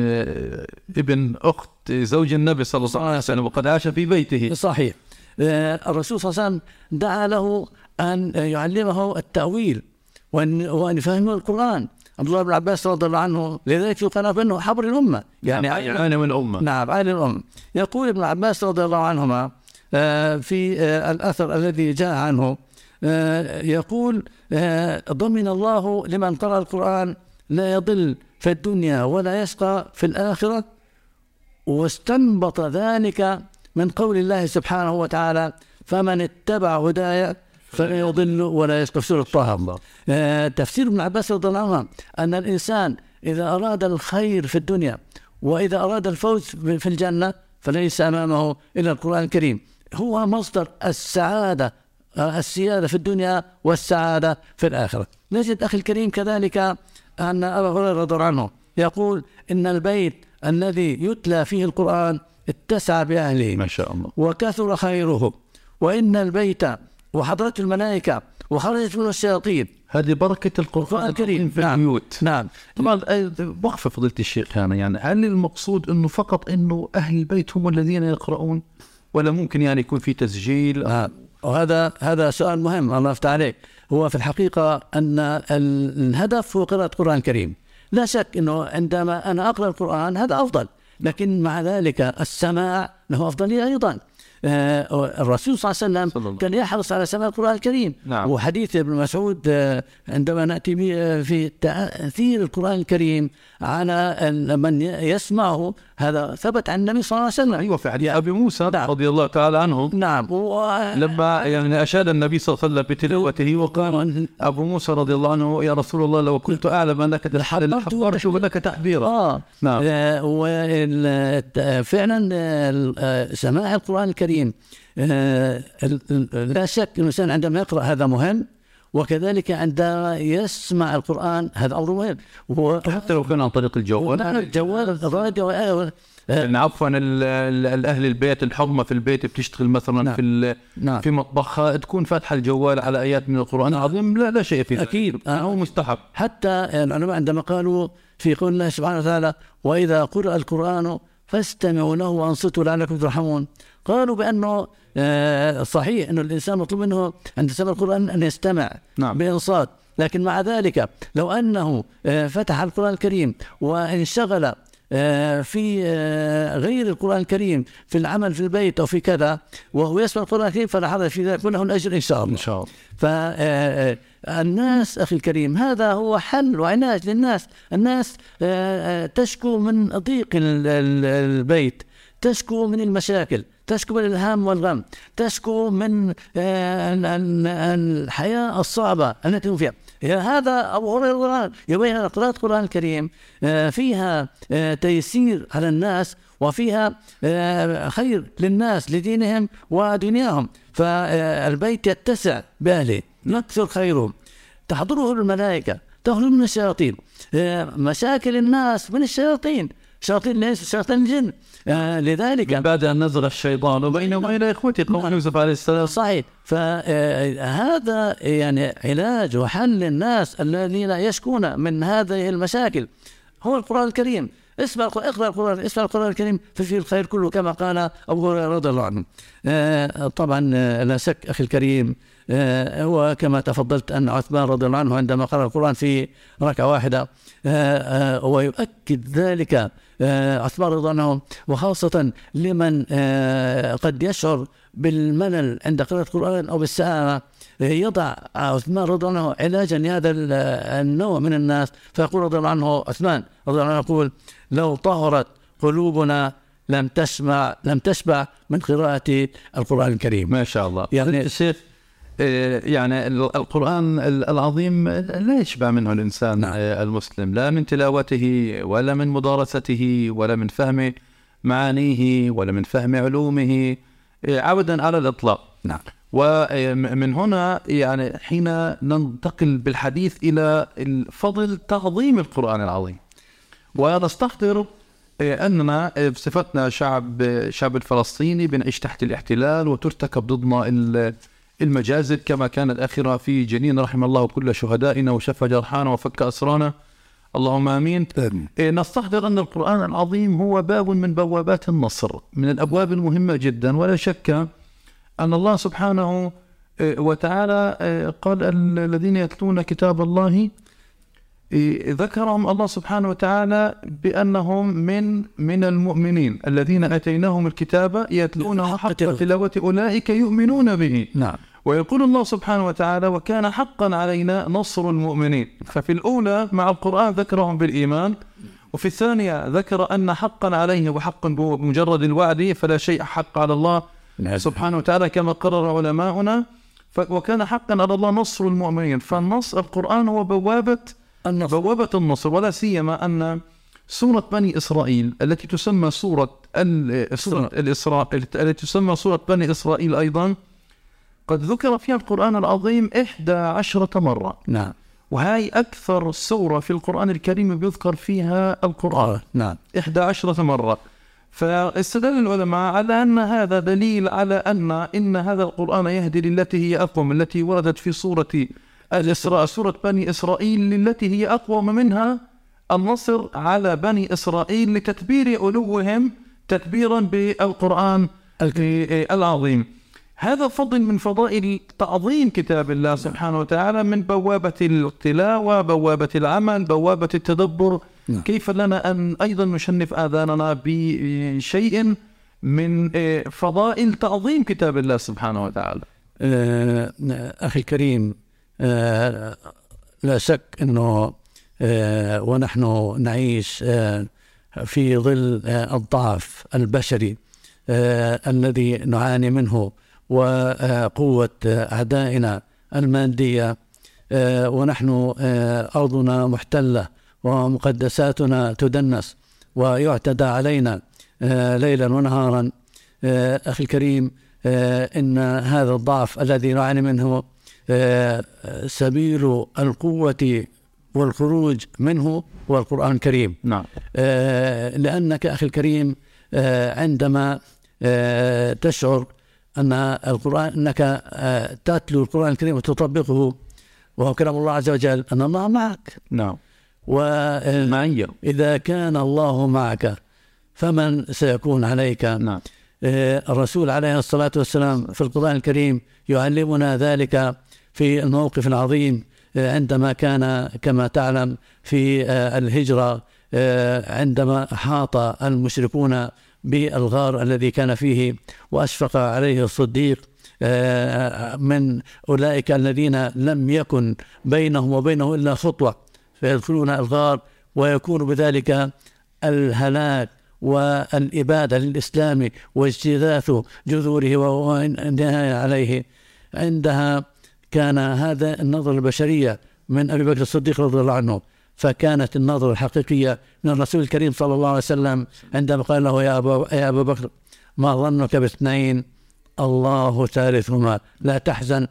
ابن أخت زوج النبي صلى الله عليه وسلم وقد عاش في بيته. صحيح. الرسول صلى الله عليه وسلم دعا له أن يعلمه التأويل وأن يفهمه القرآن. عبد الله بن عباس رضي الله عنه لذلك يقال بأنه حبر الأمة، يعني عالم الأمة. نعم، عالم الأمة. يقول ابن عباس رضي الله عنهما في الأثر الذي جاء عنه، يقول: ضمن الله لمن قرأ القرآن لا يضل في الدنيا ولا يشقى في الآخرة. واستنبط ذلك من قول الله سبحانه وتعالى: فمن اتبع هدايا فلا يضل ولا يشقى، في سورة طه. تفسير ابن عباس رضي الله عنه أن الإنسان إذا أراد الخير في الدنيا وإذا أراد الفوز في الجنة فليس أمامه إلا القرآن الكريم، هو مصدر السعادة، السيادة في الدنيا والسعادة في الآخرة. نجد أخي الكريم كذلك أن أبا هريرة رضي الله عنه يقول: إن البيت الذي يتلى فيه القرآن اتسع بأهله ما شاء الله وكثر خيره، وإن البيت وحضرت الملائكة وخرجت منه الشياطين. هذه بركة القرآن الكريم في البيوت. نعم. طبعا وقفة فضيلة الشيخ هنا، يعني هل المقصود أنه فقط أنه أهل البيت هم الذين يقرؤون، ولا ممكن يعني يكون في تسجيل؟ هذا سؤال مهم، الله يفتح عليك. هو في الحقيقة أن الهدف هو قراءة القرآن الكريم. لا شك أنه عندما أنا أقرأ القرآن هذا أفضل، لكن مع ذلك السماع له أفضلية أيضا. الرسول صلى الله عليه وسلم كان يحرص على سماع القرآن الكريم. وحديث ابن مسعود عندما نأتي به في تأثير القرآن الكريم على من يسمعه، هذا ثبت عن النبي صلى الله عليه وسلم. أيوة، في حديث أبي موسى رضي الله تعالى عنه. لما يعني أشاد النبي صلى الله عليه وسلم بتلاوته وقال أبو موسى رضي الله عنه: يا رسول الله لو كنت أعلم أنك لحبرت لك تحبيرا. وفعلا سماع القرآن الكريم لا شك الإنسان عندما يقرأ هذا مهم، وكذلك عندما يسمع القرآن هذا أمر مهم، حتى لو كان عن طريق الجوال. الجوال، الراديو. عفوا الأهل البيت، الحرمة في البيت بتشتغل مثلا في مطبخها، تكون فاتحة الجوال على آيات من القرآن العظيم، لا شيء فيه أكيد، هو مستحب. حتى العلماء عندما قالوا في قول الله سبحانه وتعالى: وإذا قرأ القرآن فاستمعوا له وانصتوا لعلكم ترحمون، قالوا بأنه صحيح أن الإنسان مطلوب منه عند سماع القرآن أن يستمع بإنصات، لكن مع ذلك لو أنه فتح القرآن الكريم وانشغل في غير القرآن الكريم في العمل في البيت أو في كذا وهو يسمع القرآن الكريم فلا حرج في ذلك، وله الأجر إن شاء الله. فالناس أخي الكريم هذا هو حل وعلاج للناس. الناس تشكو من ضيق البيت، تشكو من المشاكل، تشكو من الهم والغم، تشكو من الحياة الصعبة التي هم فيها. هذا أبو هريرة يبين أن قراءة القرآن الكريم فيها تيسير على الناس وفيها خير للناس لدينهم ودنياهم، فالبيت يتسع بأهله يكثر خيرهم. تحضره الملائكة، تخرج من الشياطين، مشاكل الناس من الشياطين، شياطين الإنس وشياطين الجن. لذلك بعد أن نزغ الشيطان بينه وبين إخوته قوم يوسف عليه السلام. صحيح. فهذا يعني علاج وحل الناس الذين يشكون من هذه المشاكل هو القرآن الكريم. اقرأ القرآن، اسمع القرآن الكريم ففيه الخير كله كما قال أبو هريرة رضي الله عنه. طبعا لا شك أخي الكريم، هو كما تفضلت أن عثمان رضي الله عنه عندما قرأ القرآن في ركعة واحدة، ويؤكد ذلك عثمان رضي الله عنه، وخاصة لمن قد يشعر بالملل عند قراءة القرآن أو بالسآمة، يضع عثمان رضي الله عنه علاجا لهذا النوع من الناس، فيقول رضي الله عنه عثمان رضي الله عنه يقول: لو طهرت قلوبنا لم تشبع من قراءة القرآن الكريم. ما شاء الله. يعني الشيخ، يعني القرآن العظيم لا يشبع منه الإنسان المسلم، لا من تلاوته ولا من مدارسته ولا من فهم معانيه ولا من فهم علومه عودا على الإطلاق. نعم. ومن هنا يعني حين ننتقل بالحديث إلى فضل تعظيم القرآن العظيم، ونستحضر أننا بصفتنا شعب الفلسطيني بنعيش تحت الاحتلال وترتكب ضدنا المجازر كما كانت آخرها في جنين، رحم الله كل شهدائنا وشفى جرحانا وفك أسرانا، اللهم آمين. نستحضر أن القرآن العظيم هو باب من بوابات النصر، من الأبواب المهمة جدا، ولا شك أن الله سبحانه وتعالى قال: الذين يتلون كتاب الله، ذكرهم الله سبحانه وتعالى بأنهم من المؤمنين الذين أتيناهم الكتاب يتلونه حق تلاوة أولئك يؤمنون به. نعم. ويقول الله سبحانه وتعالى: وكان حقا علينا نصر المؤمنين. ففي الأولى مع القرآن ذكرهم بالإيمان، وفي الثانية ذكر أن حقا عليه وحقا بمجرد الوعد، فلا شيء حق على الله سبحانه وتعالى كما قرر علماؤنا. وكان حقا على الله نصر المؤمنين. فالنصر القرآن هو بوابة النصر، ولا سيما أن سورة بني إسرائيل التي تسمى سورة الإسراء، التي تسمى سورة بني إسرائيل أيضا، قد ذكر فيها القرآن العظيم 11 مرة. نعم. وهي أكثر سورة في القرآن الكريم بيذكر فيها القرآن. نعم. 11 مرة. فاستدل العلماء على أن هذا دليل على أن هذا القرآن يهدي للتي هي أقوم، التي وردت في سورة الإسراء، سورة بني إسرائيل، للتي هي أقوم منها النصر على بني إسرائيل لتتبير علوهم تتبيرا بالقرآن العظيم. هذا فضل من فضائل تعظيم كتاب الله سبحانه وتعالى، من بوابة التلاوة، بوابة العمل، بوابة التدبر. كيف لنا أن أيضا نشنف آذاننا بشيء من فضائل تعظيم كتاب الله سبحانه وتعالى؟ أخي الكريم، لا شك أنه ونحن نعيش في ظل الضعف البشري الذي نعاني منه وقوة أعدائنا المادية، ونحن أرضنا محتلة ومقدساتنا تدنس ويعتدى علينا ليلا ونهارا. أخي الكريم، إن هذا الضعف الذي نعاني منه سبيل القوة والخروج منه هو القرآن الكريم. نعم. لأنك أخي الكريم عندما تشعر أن القرآن، أنك تتلو القرآن الكريم وتطبقه، وهو كلام الله عز وجل، أن الله معك. نعم. إذا كان الله معك فمن سيكون عليك؟ نعم. الرسول عليه الصلاة والسلام في القرآن الكريم يعلمنا ذلك في الموقف العظيم عندما كان كما تعلم في الهجرة، عندما أحاط المشركون بالغار الذي كان فيه، وأشفق عليه الصديق من أولئك الذين لم يكن بينهم وبينه إلا خطوة، فيدخلون الغار ويكون بذلك الهلاك والإبادة للإسلام واجتثاث جذوره والنهاية عليه. عندها كان هذا النظر البشرية من أبي بكر الصديق رضي الله عنه، فكانت النظر الحقيقية من الرسول الكريم صلى الله عليه وسلم عندما قال له: يا أبا بكر، ما ظنك باثنين الله ثالثهما، لا تحزن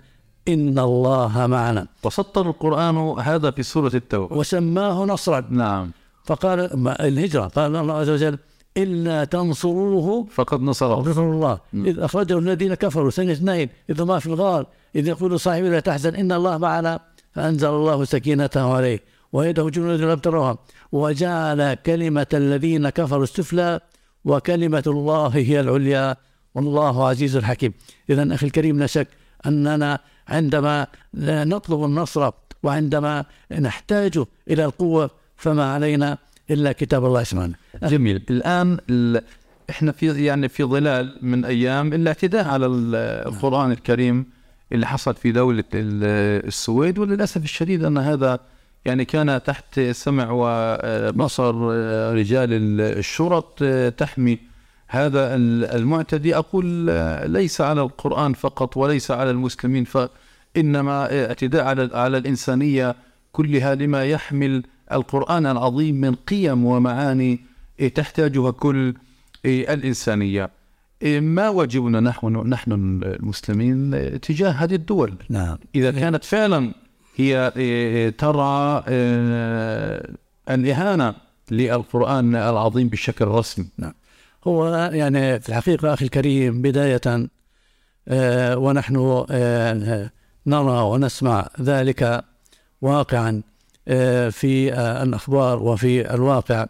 إن الله معنا. وسطر القرآن هذا في سورة التوبة وسماه نصرا. نعم. فقال الهجرة، قال الله عز وجل إلا تنصروه فقد نصره الله إذ أخرجه الذين كفروا ثاني اثنين إذ ما في الغار إذ يقول صاحبه لا تحزن إن الله معنا فأنزل الله سكينته عليه ويده جنود لم تروها وجعل كلمة الذين كفروا السفلى وكلمة الله هي العليا والله عزيز حكيم. إذن أخي الكريم لا شك أننا عندما نطلب النصر وعندما نحتاج إلى القوة فما علينا إلا كتاب الله سبحانه. جميل. الآن إحنا في ظلال من أيام الاعتداء على القرآن الكريم اللي حصل في دولة السويد، وللأسف الشديد أن هذا كان تحت سمع وبصر رجال الشرط تحمي هذا المعتدي. أقول ليس على القرآن فقط وليس على المسلمين، فإنما اعتداء على الإنسانية كلها لما يحمل القرآن العظيم من قيم ومعاني تحتاجها كل الإنسانية. ما واجبنا نحن المسلمين تجاه هذه الدول؟ نعم. إذا كانت فعلا هي ترعى الإهانة للقرآن العظيم بشكل رسمي. نعم. هو في الحقيقة أخي الكريم بداية ونحن نرى ونسمع ذلك واقعا في الأخبار وفي الواقع.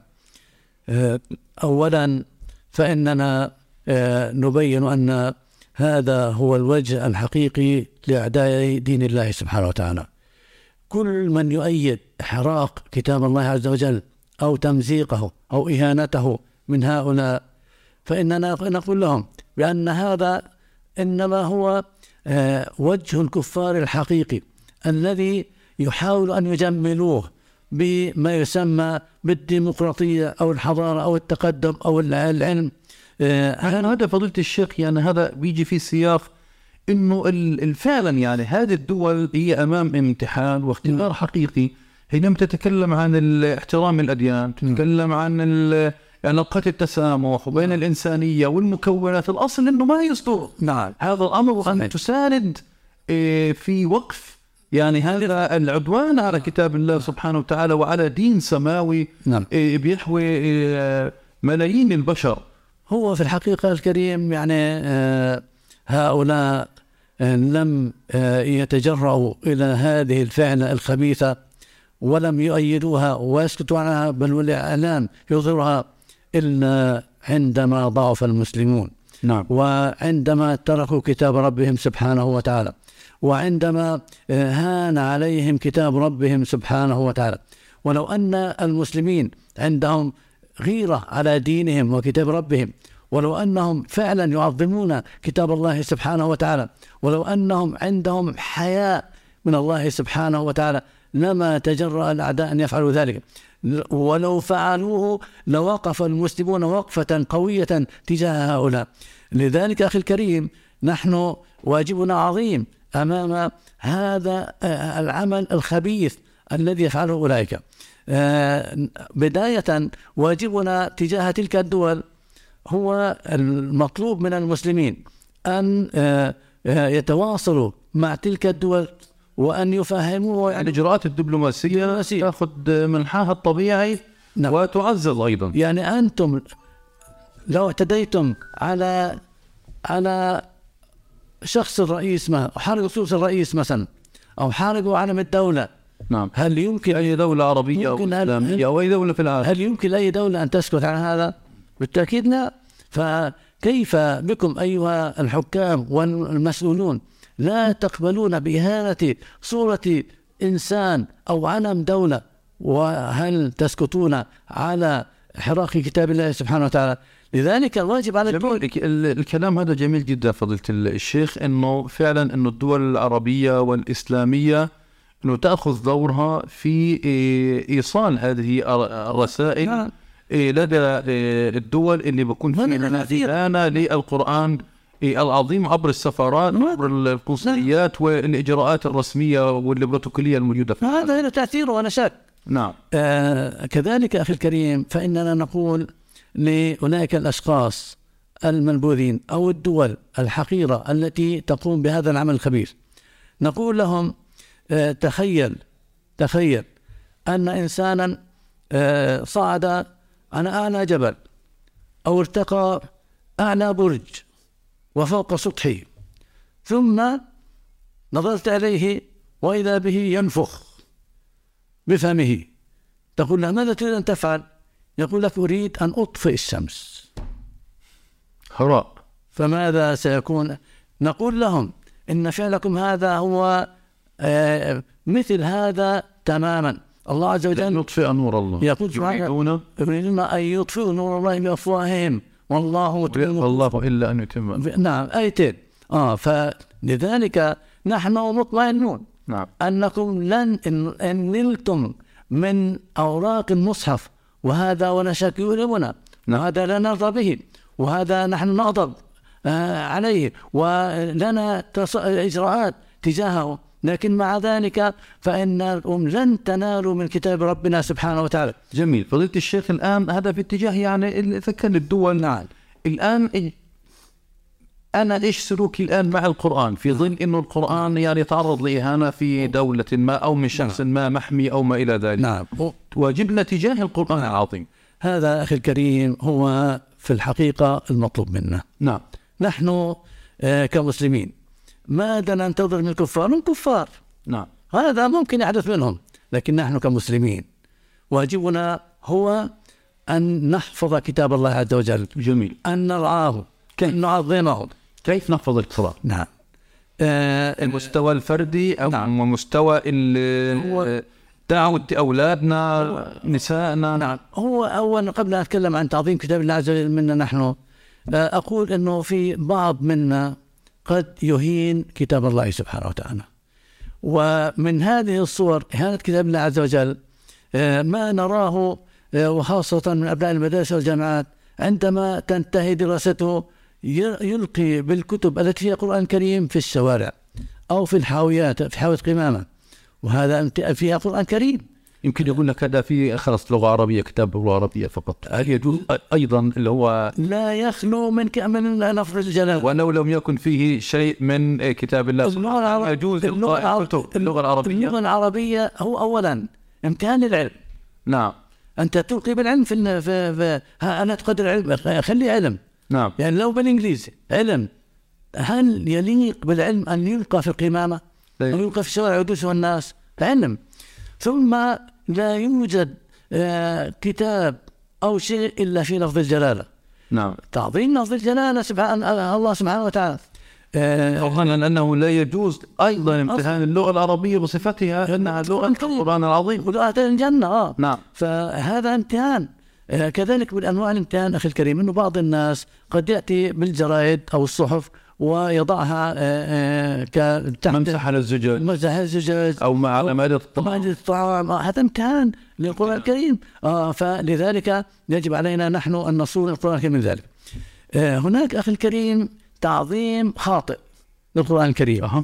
أولا فإننا نبين أن هذا هو الوجه الحقيقي لأعداء دين الله سبحانه وتعالى. كل من يؤيد إحراق كتاب الله عز وجل أو تمزيقه أو إهانته من هؤلاء فإننا نقول لهم بأن هذا إنما هو وجه الكفار الحقيقي الذي يحاول أن يجملوه بما يسمى بالديمقراطية أو الحضارة أو التقدم أو العلم. هذا فضيلة الشيخ هذا بيجي في سياق إنه فعلا هذه الدول هي أمام امتحان واختبار حقيقي حينما تتكلم عن احترام الأديان، تتكلم عن علاقات التسامح وبين الإنسانية والمكونات. الأصل إنه ما يصدر هذا الأمر وأن تساند في وقف هذا العدوان على كتاب الله سبحانه وتعالى وعلى دين سماوي بيحوي ملايين البشر. هو في الحقيقة الكريم هؤلاء لم يتجرؤوا إلى هذه الفعلة الخبيثة ولم يؤيدوها ويسكتوا عنها، بل والإعلام يظهرها إلا عندما ضعف المسلمون. نعم. وعندما تركوا كتاب ربهم سبحانه وتعالى وعندما هان عليهم كتاب ربهم سبحانه وتعالى. ولو أن المسلمين عندهم غيرة على دينهم وكتاب ربهم، ولو أنهم فعلا يعظمون كتاب الله سبحانه وتعالى، ولو أنهم عندهم حياء من الله سبحانه وتعالى لما تجرأ الأعداء أن يفعلوا ذلك. ولو فعلوه لوقف المسلمون وقفة قوية تجاه هؤلاء. لذلك أخي الكريم نحن واجبنا عظيم أمام هذا العمل الخبيث الذي يفعله أولئك. بداية واجبنا تجاه تلك الدول هو المطلوب من المسلمين أن يتواصلوا مع تلك الدول وأن يفهموا الإجراءات الدبلوماسية تأخذ منحاها الطبيعي. نعم. وتعزز أيضا. أنتم لو اعتديتم على شخص الرئيس حارقوا صورة الرئيس مثلا أو حارقوا علم الدولة. نعم. هل يمكن أي دولة عربية أو إسلامية أو أي دولة في العالم هل يمكن أي دولة أن تسكت عن هذا؟ بالتأكيد لا. فكيف بكم أيها الحكام والمسؤولون لا تقبلون بإهانة صورة إنسان أو علم دولة، وهل تسكتون على إحراق كتاب الله سبحانه وتعالى؟ لذلك الواجب على الكلام هذا جميل جدا فضيلة الشيخ، إنه فعلا إنه الدول العربية والإسلامية إنه تأخذ دورها في إيصال هذه الرسائل لدى الدول اللي بيكون فيها إهانة للقرآن العظيم عبر السفارات عبر القنصليات والإجراءات الرسمية والبروتوكولية الموجودة. هذا له تأثيره وأنا شاك. نعم. كذلك أخي الكريم فإننا نقول لأولئك الأشخاص المنبوذين أو الدول الحقيرة التي تقوم بهذا العمل الخبيث نقول لهم تخيل أن إنسانا صعد عن أعلى جبل أو ارتقى أعلى برج وفوق سطحه، ثم نظرت إليه وإذا به ينفخ بفمه، تقول له ماذا تريد أن تفعل؟ يقول لك أريد أن أطفئ الشمس. هراء. فماذا سيكون؟ نقول لهم إن فعلكم هذا هو مثل هذا تماما. الله عز وجل يطفئ نور الله، يقول يريدون أن يطفئوا نور الله بأفواههم والله إلا أن يتم. نعم، آيتين. فلذلك نحن مطمئنون نعم. أنكم إن نلتم من أوراق المصحف وهذا ونشك يؤلمنا، وهذا لا نرضى به، وهذا نحن نغضب عليه ولنا إجراءات تجاهه، لكن مع ذلك فإنكم لن تنالوا من كتاب ربنا سبحانه وتعالى. جميل. فضيلة الشيخ، الآن هذا في اتجاه يعني إذا كان الدول. نعم. الآن أنا إيش سلوكي الآن مع القرآن في ظل إنه القرآن يعني تعرض لإهانة في دولة ما أو من شخص ما محمي أو ما إلى ذلك؟ نعم. واجبنا تجاه القرآن العظيم. هذا أخي الكريم هو في الحقيقة المطلوب منا. نعم. نحن كمسلمين ماذا ننتظر من الكفار؟ من كفار. نعم. هذا ممكن يحدث منهم، لكن نحن كمسلمين واجبنا هو أن نحفظ كتاب الله عز وجل. جميل. أن نرعاه، أن نعظمه. كيف نحفظ القرآن؟ نعم. المستوى الفردي أو نعم. مستوى دعوة أولادنا نسائنا. نعم. هو أولا قبل أن أتكلم عن تعظيم كتاب الله عز وجل منا نحن، أقول أنه في بعض منا قد يهين كتاب الله سبحانه وتعالى، ومن هذه الصور إهانة كتاب الله عز وجل ما نراه وخاصة من أبناء المدارس والجامعات عندما تنتهي دراسته يلقي بالكتب التي هي القرآن الكريم في الشوارع أو في الحاويات، في حاوية قمامة، وهذا فيها قرآن كريم. يمكن يقول لك هذا في خلص لغة عربية، كتاب لغة عربية فقط. هل يجوز أيضا اللي هو لا يخلو من لفظ الجلالة، ولو لم يكن فيه شيء من كتاب الله يجوز اللغة العربية؟ اللغة العربية هو أولا امتحان العلم. نعم. أنت تلقي بالعلم في أنا تقدر العلم، خلي علم. نعم. يعني لو بالإنجليزي علم، هل يليق بالعلم أن يلقى في القمامة أو يلقى في الشوارع يدوسه الناس؟ علم. ثم لا يوجد كتاب أو شيء إلا في لفظ الجلالة. نعم. تعظيم لفظ الجلالة سبحان الله سبحانه وتعالى. أولا أنه لا يجوز أيضا امتحان اللغة العربية بصفتها أنها لغة القرآن العظيم ولغة الجنة. نعم. فهذا امتحان. كذلك من أنواع الامتحان أخي الكريم أنه بعض الناس قد يأتي بالجرائد أو الصحف ويضعها ممسح على الزجاج أو مع على مائدة الطعام. هذا امتحان للقرآن الكريم. فلذلك يجب علينا نحن أن نصون القرآن الكريم من ذلك. هناك أخي الكريم تعظيم خاطئ للقرآن الكريم.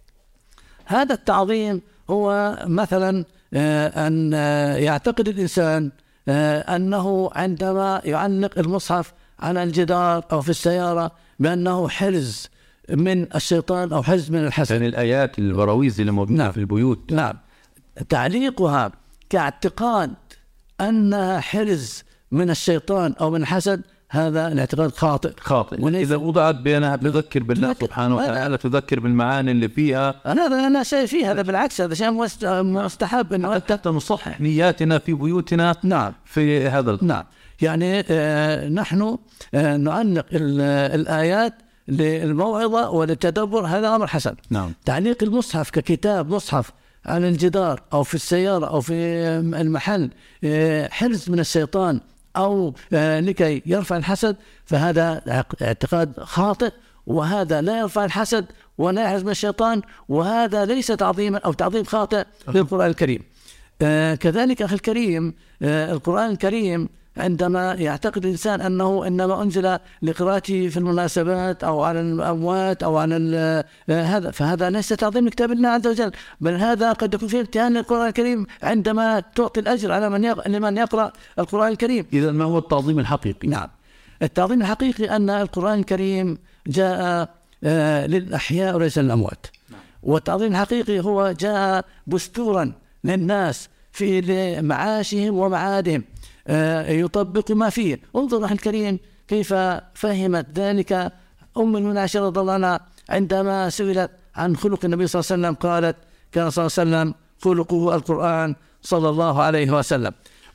هذا التعظيم هو مثلا أن يعتقد الإنسان أنه عندما يعلق المصحف على الجدار أو في السيارة بأنه حرز من الشيطان أو حرز من الحسد. يعني الآيات البراويز اللي موجودة نعم. في البيوت. نعم. تعليقها كاعتقاد أنها حرز من الشيطان أو من الحسد، هذا الاعتقاد خاطئ. إذا وضعت بأنها تذكر بالله سبحانه وتعالى، تذكر بالمعاني اللي فيها، أنا شيء فيه هذا بالعكس، هذا شيء مستحب إنه حتى نصحح نياتنا في بيوتنا. نعم. في هذا نعم. يعني نحن نعلق الآيات للموعظة وللتدبر، هذا أمر حسن. نعم. تعليق المصحف ككتاب مصحف على الجدار أو في السيارة أو في المحل حرز من الشيطان أو لكي يرفع الحسد، فهذا اعتقاد خاطئ، وهذا لا يرفع الحسد ولا يحرز من الشيطان، وهذا ليس تعظيما أو تعظيم خاطئ للقرآن الكريم. كذلك أخي الكريم القرآن الكريم عندما يعتقد الإنسان أنه إنما أنزل لقراءته في المناسبات أو على الأموات أو على هذا، فهذا ليس تعظيم لكتاب الله عز وجل، بل هذا قد يكون فيه امتهان للقرآن الكريم عندما تعطي الأجر على لمن يقرأ القرآن الكريم. إذا ما هو التعظيم الحقيقي؟ نعم. التعظيم الحقيقي أن القرآن الكريم جاء للأحياء وليس للأموات. والتعظيم الحقيقي هو جاء دستورا للناس في معاشهم ومعادهم، يطبق ما فيه. انظر أخي الكريم كيف فهمت ذلك أم المؤمنين عائشة رضي الله عنها عندما سئلت عن خلق النبي صلى الله عليه وسلم، قالت كان صلى الله عليه وسلم خلقه القرآن صلى الله عليه وسلم.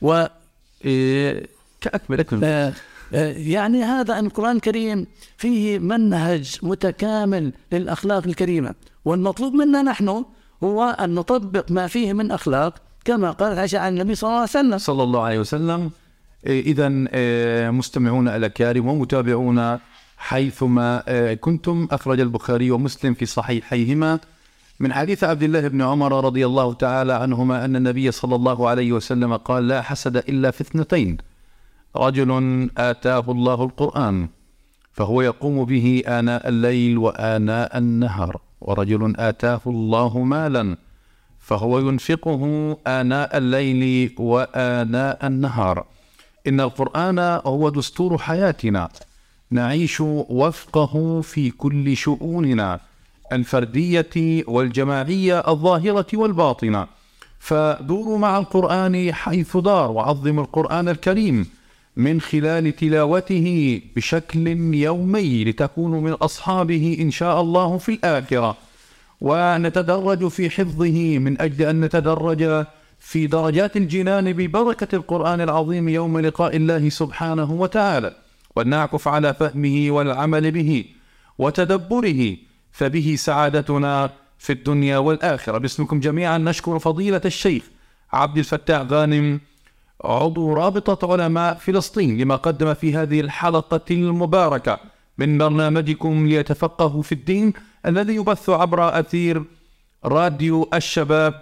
يعني هذا القرآن الكريم فيه منهج متكامل للأخلاق الكريمة، والمطلوب منا نحن هو أن نطبق ما فيه من أخلاق كما قالت عائشة عن النبي صلى الله عليه وسلم. إذا مستمعون الأكارم ومتابعون حيثما كنتم، أخرج البخاري ومسلم في صحيحيهما من حديث عبد الله بن عمر رضي الله تعالى عنهما أن النبي صلى الله عليه وسلم قال: لا حسد إلا في اثنتين، رجل آتاه الله القرآن فهو يقوم به آناء الليل وآناء النهار، ورجل آتاه الله مالا فهو ينفقه آناء الليل وآناء النهار. إن القرآن هو دستور حياتنا، نعيش وفقه في كل شؤوننا الفردية والجماعية الظاهرة والباطنة، فدوروا مع القرآن حيث دار، وعظموا القرآن الكريم من خلال تلاوته بشكل يومي لتكونوا من أصحابه إن شاء الله في الآخرة، ونتدرج في حفظه من أجل أن نتدرج في درجات الجنان ببركة القرآن العظيم يوم لقاء الله سبحانه وتعالى، ونعكف على فهمه والعمل به وتدبره، فبه سعادتنا في الدنيا والآخرة. باسمكم جميعا نشكر فضيلة الشيخ عبد الفتاح غانم عضو رابطة علماء فلسطين لما قدم في هذه الحلقة المباركة من برنامجكم ليتفقهوا في الدين، الذي يبث عبر أثير راديو الشباب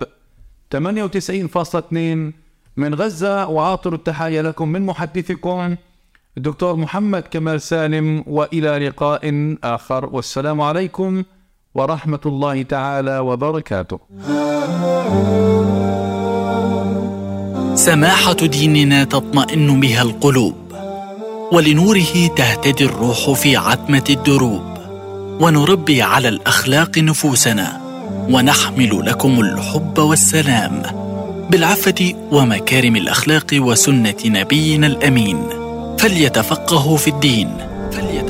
98.2 من غزة. وعاطر التحية لكم من محدثكم الدكتور محمد كمال سالم، وإلى لقاء آخر، والسلام عليكم ورحمة الله تعالى وبركاته. سماحة ديننا تطمئن بها القلوب، ولنوره تهتدي الروح في عتمة الدروب، ونربي على الأخلاق نفوسنا، ونحمل لكم الحب والسلام بالعفة ومكارم الأخلاق وسنة نبينا الأمين. فليتفقهوا في الدين.